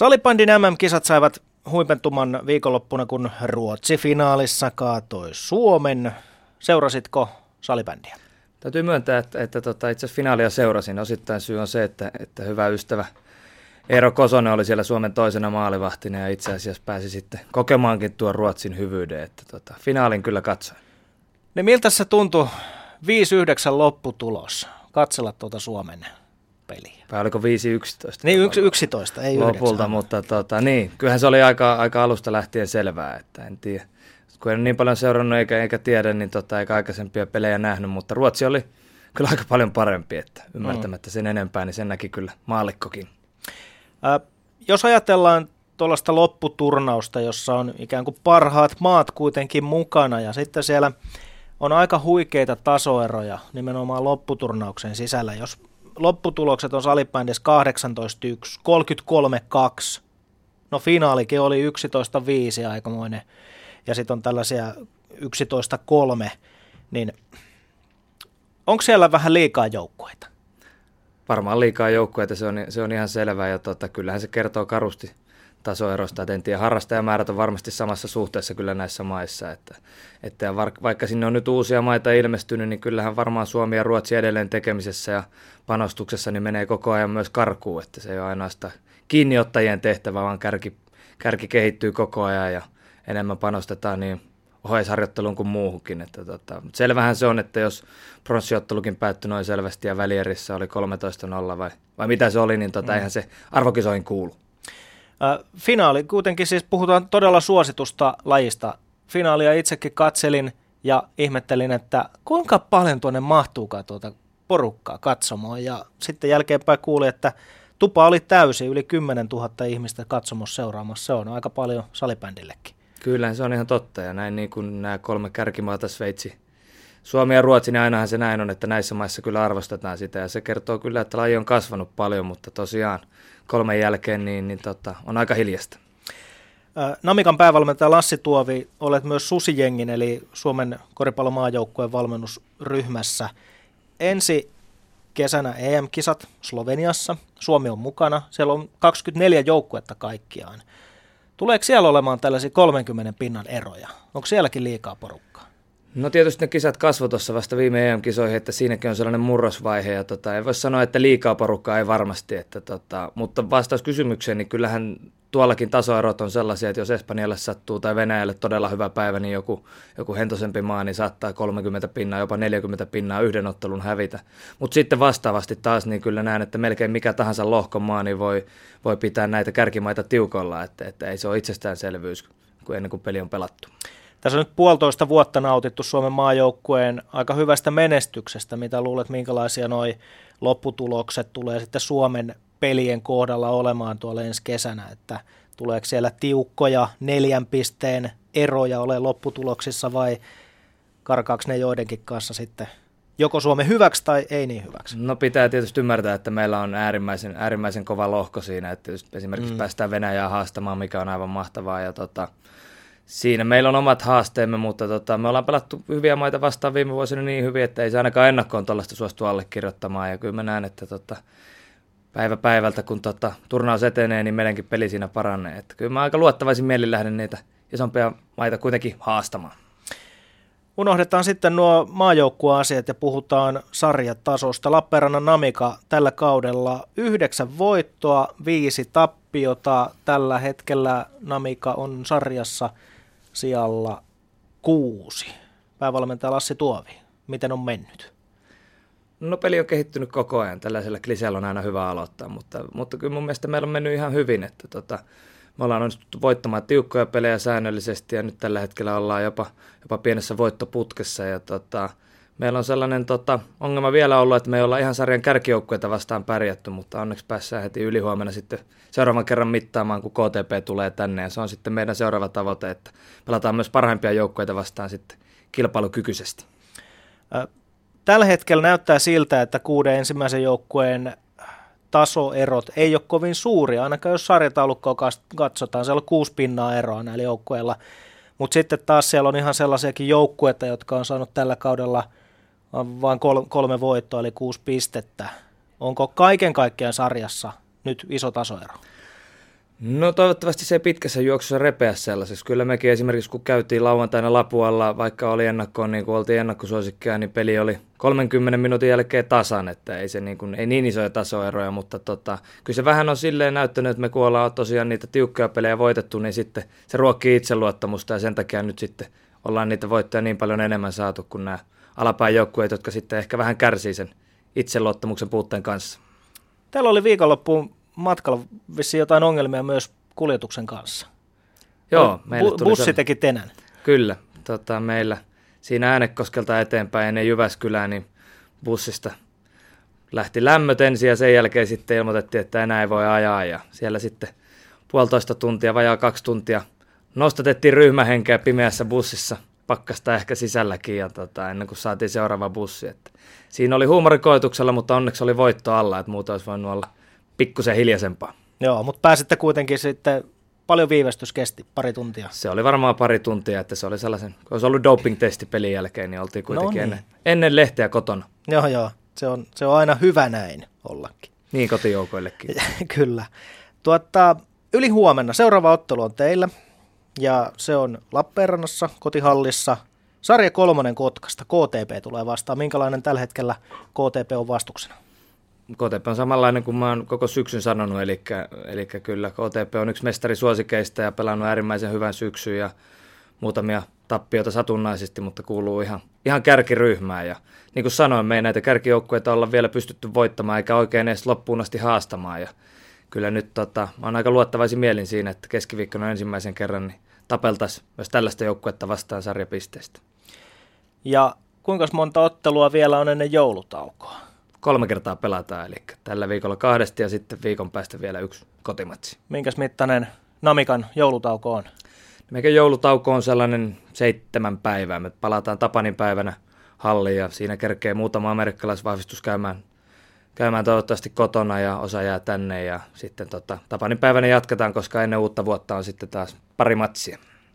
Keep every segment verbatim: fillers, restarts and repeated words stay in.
Salibändin M M-kisat saivat huipentuman viikonloppuna, kun Ruotsi finaalissa kaatoi Suomen. Seurasitko salibändiä? Täytyy myöntää, että, että tota, itse asiassa finaalia seurasin. Osittain syy on se, että, että hyvä ystävä Eero Kosonen oli siellä Suomen toisena maalivahtina ja itse asiassa pääsi sitten kokemaankin tuon Ruotsin hyvyyden. Että tota, finaalin kyllä katsoin. Niin miltä se tuntui viisi yhdeksän lopputulos katsella tuota Suomen peliä? Vai oliko viisi yksitoista? Niin yksi, yksitoista, ei lopulta, yhdeksän. Mutta tota, niin, kyllähän se oli aika, aika alusta lähtien selvää, että en tiedä. Kun en niin paljon seurannut eikä, eikä tiedä, niin tota, eikä aikaisempia pelejä nähnyt, mutta Ruotsi oli kyllä aika paljon parempi, että ymmärtämättä sen enempää, niin sen näki kyllä maallikkokin. Ä, jos ajatellaan tuollaista lopputurnausta, jossa on ikään kuin parhaat maat kuitenkin mukana, ja sitten siellä on aika huikeita tasoeroja nimenomaan lopputurnauksen sisällä. Jos lopputulokset on salibändissä kahdeksantoista yksi, kolmekymmentäkolme kaksi, no finaalikin oli yksitoista viisi aikamoinen, ja sitten on tällaisia yksitoista kolme, niin onko siellä vähän liikaa joukkueita? Varmaan liikaa joukkueita, se on, se on ihan selvää, ja tota, kyllähän se kertoo karusti tasoerosta, että en tiedä, harrastajamäärät on varmasti samassa suhteessa kyllä näissä maissa, että, että vaikka sinne on nyt uusia maita ilmestynyt, niin kyllähän varmaan Suomi ja Ruotsi edelleen tekemisessä ja panostuksessa niin menee koko ajan myös karkuun, että se ei ole ainoastaan kiinniottajien tehtävä, vaan kärki, kärki kehittyy koko ajan ja enemmän panostetaan niin oheisharjoitteluun kuin muuhunkin. Että tota, selvähän se on, että jos pronssiottelukin päättyi noin selvästi ja välierissä oli kolmetoista nolla vai, vai mitä se oli, niin tota, mm. eihän se arvokisoihin kuulu. Äh, finaali, kuitenkin siis puhutaan todella suositusta lajista. Finaalia itsekin katselin ja ihmettelin, että kuinka paljon tuonne mahtuukaan tuota porukkaa katsomaan. Ja sitten jälkeenpäin kuulin, että tupa oli täysi, yli kymmenen tuhatta ihmistä katsomus seuraamassa. Se on aika paljon salibändillekin. Kyllä, se on ihan totta. Ja näin niin kuin nämä kolme kärkimaata, Sveitsi, Suomi ja Ruotsi, niin ainahan se näin on, että näissä maissa kyllä arvostetaan sitä. Ja se kertoo kyllä, että laji on kasvanut paljon, mutta tosiaan kolmen jälkeen niin, niin tota, on aika hiljasta. Namikan päävalmentaja Lassi Tuovi, olet myös Susijengin eli Suomen koripallomaajoukkueen valmennusryhmässä. Ensi kesänä E M-kisat Sloveniassa, Suomi on mukana, siellä on kaksikymmentäneljä joukkuetta kaikkiaan. Tuleeko siellä olemaan tällaisia kolmenkymmenen pinnan eroja? Onko sielläkin liikaa porukkaa? No tietysti ne kisat kasvoi tuossa vasta viime E M-kisoihin, että siinäkin on sellainen murrosvaihe, ja tota, ei voi sanoa, että liikaa porukkaa ei varmasti, että tota, mutta vastaus kysymykseen, niin kyllähän tuollakin tasoerot on sellaisia, että jos Espanjalle sattuu tai Venäjälle todella hyvä päivä, niin joku, joku hentosempi maa niin saattaa kolmekymmentä pinnaa, jopa neljäkymmentä pinnaa yhden ottelun hävitä. Mutta sitten vastaavasti taas niin kyllä näen, että melkein mikä tahansa lohkomaa niin voi, voi pitää näitä kärkimaita tiukolla, että, että ei se ole itsestäänselvyys kuin ennen kuin peli on pelattu. Tässä on nyt puolitoista vuotta nautittu Suomen maajoukkueen aika hyvästä menestyksestä. Mitä luulet, minkälaisia noi lopputulokset tulee sitten Suomen pelien kohdalla olemaan tuolla ensi kesänä? Että tuleeko siellä tiukkoja neljän pisteen eroja ole lopputuloksissa vai karkaako ne joidenkin kanssa sitten joko Suomen hyväksi tai ei niin hyväksi? No pitää tietysti ymmärtää, että meillä on äärimmäisen, äärimmäisen kova lohko siinä, että esimerkiksi mm. päästään Venäjää haastamaan, mikä on aivan mahtavaa ja tota, siinä meillä on omat haasteemme, mutta tota, me ollaan pelattu hyviä maita vastaan viime vuosina niin hyvin, että ei se ainakaan ennakkoon tuollaista suostu allekirjoittamaan. Ja kyllä mä näen, että tota, päivä päivältä, kun tota, turnaus etenee, niin meidänkin peli siinä paranee. Että kyllä mä aika luottavaisin mielin lähden niitä isompia maita kuitenkin haastamaan. Unohdetaan sitten nuo maajoukkueasiat ja puhutaan sarjatasosta. Lappeenrannan Namika tällä kaudella yhdeksän voittoa, viisi tappiota. Tällä hetkellä Namika on sarjassa sijalla kuusi. Päävalmentaja Lassi Tuovi, miten on mennyt? No peli on kehittynyt koko ajan. Tällaisella kliseellä on aina hyvä aloittaa, mutta, mutta kyllä mun mielestä meillä on mennyt ihan hyvin. Että tota, me ollaan onnistuttu voittamaan tiukkoja pelejä säännöllisesti ja nyt tällä hetkellä ollaan jopa, jopa pienessä voittoputkessa. Ja tota, meillä on sellainen tota, ongelma vielä ollut, että me ei olla ihan sarjan kärkijoukkueita vastaan pärjätty, mutta onneksi päässään heti ylihuomenna sitten seuraavan kerran mittaamaan, kun K T P tulee tänne. Ja se on sitten meidän seuraava tavoite, että pelataan myös parhaimpia joukkueita vastaan sitten kilpailukykyisesti. Tällä hetkellä näyttää siltä, että kuuden ensimmäisen joukkueen tasoerot ei ole kovin suuria, ainakaan jos sarjataulukkoa katsotaan, siellä on kuusi pinnaa eroa näillä joukkueilla, mutta sitten taas siellä on ihan sellaisiakin joukkueita, jotka on saanut tällä kaudella vain kolme voittoa, eli kuusi pistettä. Onko kaiken kaikkiaan sarjassa nyt iso tasoero? No toivottavasti se ei pitkässä juoksussa repeä sellaiseksi. Kyllä mekin esimerkiksi kun käytiin lauantaina Lapualla, vaikka oli ennakkoon, niin kuin oltiin ennakkosuosikkia, niin peli oli kolmenkymmenen minuutin jälkeen tasan, että ei se niin, kuin, ei niin isoja tasoeroja, mutta tota, kyllä se vähän on silleen näyttänyt, että me kun ollaan tosiaan niitä tiukkoja pelejä voitettu, niin sitten se ruokkii itseluottamusta ja sen takia nyt sitten ollaan niitä voittoja niin paljon enemmän saatu kuin nämä alapään joukkueet, jotka sitten ehkä vähän kärsii sen itseluottamuksen puutteen kanssa. Teillä oli viikonloppuun matkalla vissiin jotain ongelmia myös kuljetuksen kanssa. Joo, meille tuli bussi teki tenän. Kyllä, tota, meillä siinä Äänekoskelta eteenpäin ennen Jyväskylää, niin bussista lähti lämmöt ensin ja sen jälkeen sitten ilmoitettiin, että enää ei voi ajaa ja siellä sitten puolitoista tuntia, vajaa kaksi tuntia nostatettiin ryhmähenkeä pimeässä bussissa, pakkasta ehkä sisälläkin ja tota, ennen kuin saatiin seuraava bussi. Että siinä oli huumorikoituksella, mutta onneksi oli voitto alla, että muuta olisi voinut olla pikkusen hiljaisempaa. Joo, mutta pääsitte kuitenkin sitten, paljon viivästys kesti, pari tuntia. Se oli varmaan pari tuntia, että se oli sellaisen, kun olisi ollut doping-testi pelin jälkeen, niin oltiin kuitenkin no niin. ennen, ennen lehteä kotona. Joo, joo, se on, se on aina hyvä näin ollakin. Niin kotijoukoillekin. Kyllä. Tuota, yli huomenna seuraava ottelu on teillä, ja se on Lappeenrannassa, kotihallissa. Sarja kolmonen Kotkasta, K T P tulee vastaan. Minkälainen tällä hetkellä K T P on vastuksena? K T P on samanlainen kuin mä oon koko syksyn sanonut, eli, eli kyllä K T P on yksi mestarisuosikeista ja pelannut äärimmäisen hyvän syksyn ja muutamia tappioita satunnaisesti, mutta kuuluu ihan, ihan kärkiryhmään. Ja niin kuin sanoin, me ei näitä kärkijoukkueita olla vielä pystytty voittamaan eikä oikein edes loppuun asti haastamaan. Ja kyllä nyt tota, mä oon aika luottavaisin mielin siinä, että keskiviikkona ensimmäisen kerran niin tapeltaisiin myös tällaista joukkuetta vastaan sarjapisteistä. Ja kuinka monta ottelua vielä on ennen joulutaukoa? Kolme kertaa pelataan, eli tällä viikolla kahdesti ja sitten viikon päästä vielä yksi kotimatsi. Minkäs mittainen Namikan joulutauko on? Meidän joulutauko on sellainen seitsemän päivää. Me palataan Tapanin päivänä halliin ja siinä kerkee muutama amerikkalaisvahvistus käymään, käymään toivottavasti kotona ja osa jää tänne. Ja sitten tota, Tapanin päivänä jatketaan, koska ennen uutta vuotta on sitten taas pari matsia.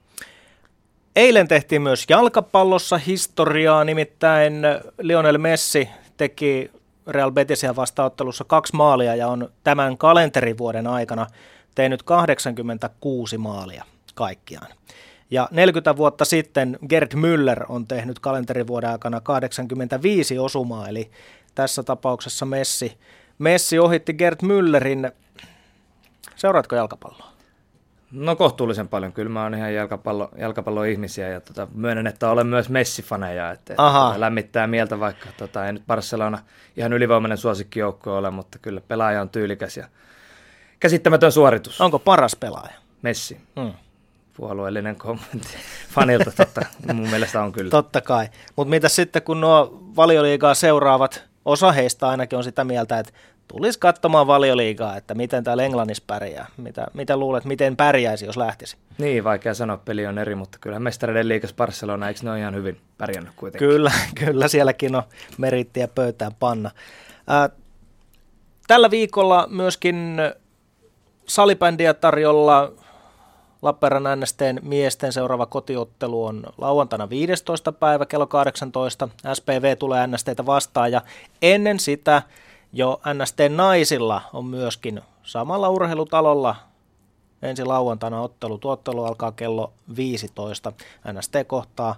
Eilen tehtiin myös jalkapallossa historiaa, nimittäin Lionel Messi teki Real Betisia vastaanottelussa kaksi maalia ja on tämän kalenterivuoden aikana tehnyt kahdeksankymmentäkuusi maalia kaikkiaan. Ja neljäkymmentä vuotta sitten Gerd Müller on tehnyt kalenterivuoden aikana kahdeksankymmentäviisi osumaa, eli tässä tapauksessa Messi, Messi ohitti Gerd Müllerin. Seuraatko jalkapalloa? No kohtuullisen paljon. Kyllä mä oon ihan jalkapallo, jalkapalloihmisiä ja tota, myönnän, että olen myös Messi-faneja. Että, että tota, lämmittää mieltä, vaikka tota, ei nyt Barcelona ihan ylivoimainen suosikkijoukkue ole, mutta kyllä pelaaja on tyylikäs ja käsittämätön suoritus. Onko paras pelaaja? Messi. Hmm. Puolueellinen kommentti fanilta, totta, mun mielestä on kyllä. Totta kai. Mutta mitä sitten, kun nuo Valioliigaa seuraavat, osa heistä ainakin on sitä mieltä, että tulisi katsomaan Valioliigaa, että miten täällä Englannissa pärjää. Mitä, mitä luulet, miten pärjäisi, jos lähtisi? Niin, vaikea sanoa, peli on eri, mutta kyllä mestareiden liigassa Barcelona, eikö ne ole ihan hyvin pärjännyt kuitenkin? Kyllä, kyllä sielläkin on merittiä pöytään panna. Ää, tällä viikolla myöskin salibändiä tarjolla. Lappeenrannan N S T:n miesten seuraava kotiottelu on lauantaina viidestoista päivä kello kahdeksantoista. S P V tulee N S T:tä vastaan ja ennen sitä jo N S T:n naisilla on myöskin samalla urheilutalolla ensi lauantaina ottelu. Tuo ottelu alkaa kello viisitoista. N S T kohtaa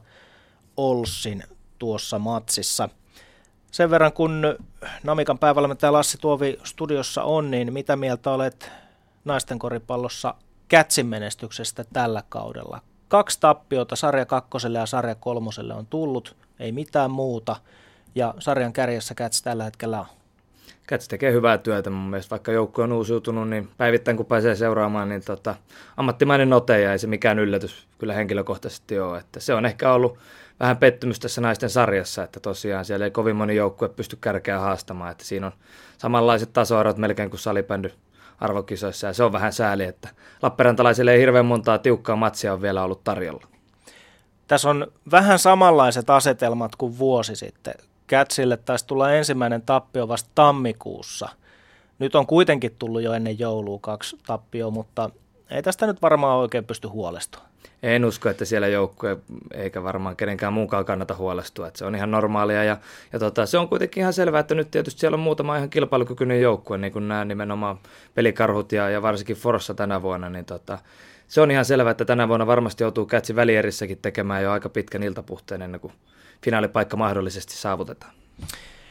Olssin tuossa matsissa. Sen verran kun Namikan päävalmentaja Lassi Tuovi studiossa on, niin mitä mieltä olet naisten koripallossa Kätsin menestyksestä tällä kaudella? Kaksi tappiota sarja kakkoselle ja sarja kolmoselle on tullut, ei mitään muuta, ja sarjan kärjessä Käts tällä hetkellä on. Käts tekee hyvää työtä mun mielestä, vaikka joukkue on uusiutunut, niin päivittäin kun pääsee seuraamaan, niin tota, ammattimainen ote ja ei se mikään yllätys kyllä henkilökohtaisesti ole. Että se on ehkä ollut vähän pettymys tässä naisten sarjassa, että tosiaan siellä ei kovin moni joukkue pysty kärkeä haastamaan, että siinä on samanlaiset tasoerot melkein kuin salibändy arvokisoissa, ja se on vähän sääli, että Lappeenrantalaisille ei hirveän montaa tiukkaa matsia on vielä ollut tarjolla. Tässä on vähän samanlaiset asetelmat kuin vuosi sitten. Kätsille taisi tulla ensimmäinen tappio vasta tammikuussa. Nyt on kuitenkin tullut jo ennen joulua kaksi tappioa, mutta ei tästä nyt varmaan oikein pysty huolestumaan. En usko, että siellä joukkue eikä varmaan kenenkään muunkaan kannata huolestua, että se on ihan normaalia ja, ja tota, se on kuitenkin ihan selvää, että nyt tietysti siellä on muutama ihan kilpailukykyinen joukkue, niin kuin nämä nimenomaan pelikarhut ja, ja varsinkin Forssa tänä vuonna, niin tota, se on ihan selvää, että tänä vuonna varmasti joutuu Kätsi välierissäkin tekemään jo aika pitkän iltapuhteen ennen kuin finaalipaikka mahdollisesti saavutetaan.